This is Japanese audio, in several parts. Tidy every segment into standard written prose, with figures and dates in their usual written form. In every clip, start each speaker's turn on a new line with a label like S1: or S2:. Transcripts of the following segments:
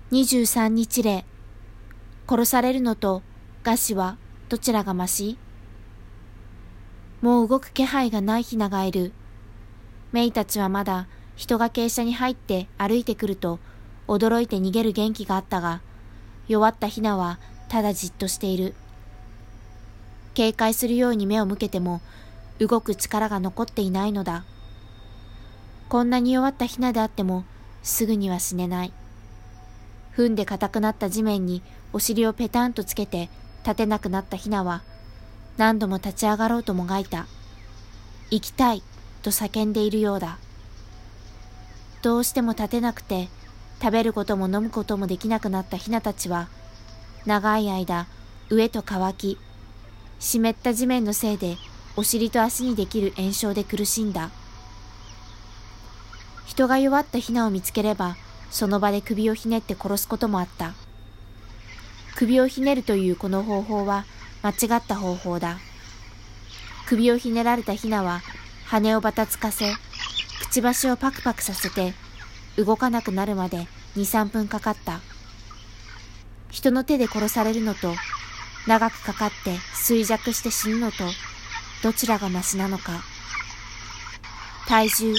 S1: 23日例。殺されるのと餓死はどちらがまし？もう動く気配がないヒナがいる。メイたちはまだ人が傾斜に入って歩いてくると驚いて逃げる元気があったが、弱ったヒナはただじっとしている。警戒するように目を向けても動く力が残っていないのだ。こんなに弱ったヒナであってもすぐには死ねない。踏んで硬くなった地面にお尻をペタンとつけて立てなくなったヒナは何度も立ち上がろうともがいた。生きたいと叫んでいるようだ。どうしても立てなくて食べることも飲むこともできなくなったヒナたちは長い間飢えと渇き、湿った地面のせいでお尻と足にできる炎症で苦しんだ。人が弱ったヒナを見つければその場で首をひねって殺すこともあった。首をひねるというこの方法は間違った方法だ。首をひねられたヒナは羽をばたつかせ、くちばしをパクパクさせて動かなくなるまで2、3分かかった。人の手で殺されるのと長くかかって衰弱して死ぬのとどちらがマシなのか。体重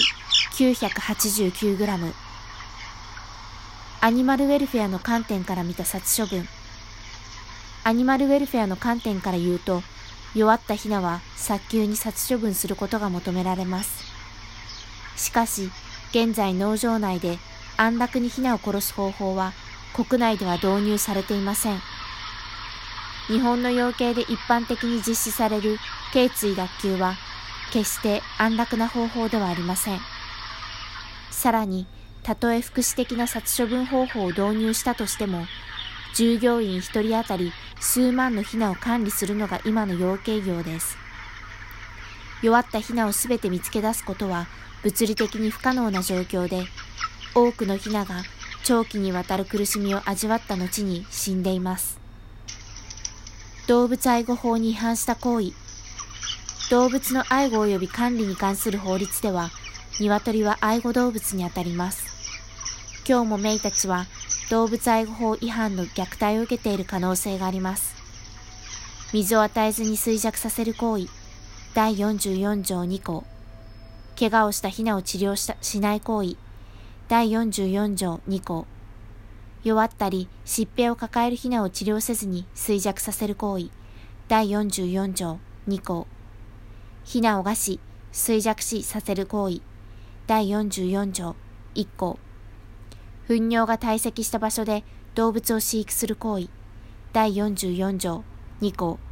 S1: 989グラム。アニマルウェルフェアの観点から見た殺処分。アニマルウェルフェアの観点から言うと、弱ったヒナは早急に殺処分することが求められます。しかし、現在農場内で安楽にヒナを殺す方法は国内では導入されていません。日本の養鶏で一般的に実施される頸椎脱臼は決して安楽な方法ではありません。さらに、たとえ福祉的な殺処分方法を導入したとしても、従業員一人当たり数万のヒナを管理するのが今の養鶏業です。弱ったヒナをすべて見つけ出すことは物理的に不可能な状況で、多くのヒナが長期にわたる苦しみを味わった後に死んでいます。動物愛護法に違反した行為。動物の愛護及び管理に関する法律では、鶏は愛護動物にあたります。今日もメイたちは動物愛護法違反の虐待を受けている可能性があります。水を与えずに衰弱させる行為。第44条2項。怪我をしたヒナを治療しない行為。第44条2項。弱ったり疾病を抱えるヒナを治療せずに衰弱させる行為。第44条2項。ヒナを餓死、衰弱死させる行為。第44条1項。糞尿が堆積した場所で動物を飼育する行為。第44条2項。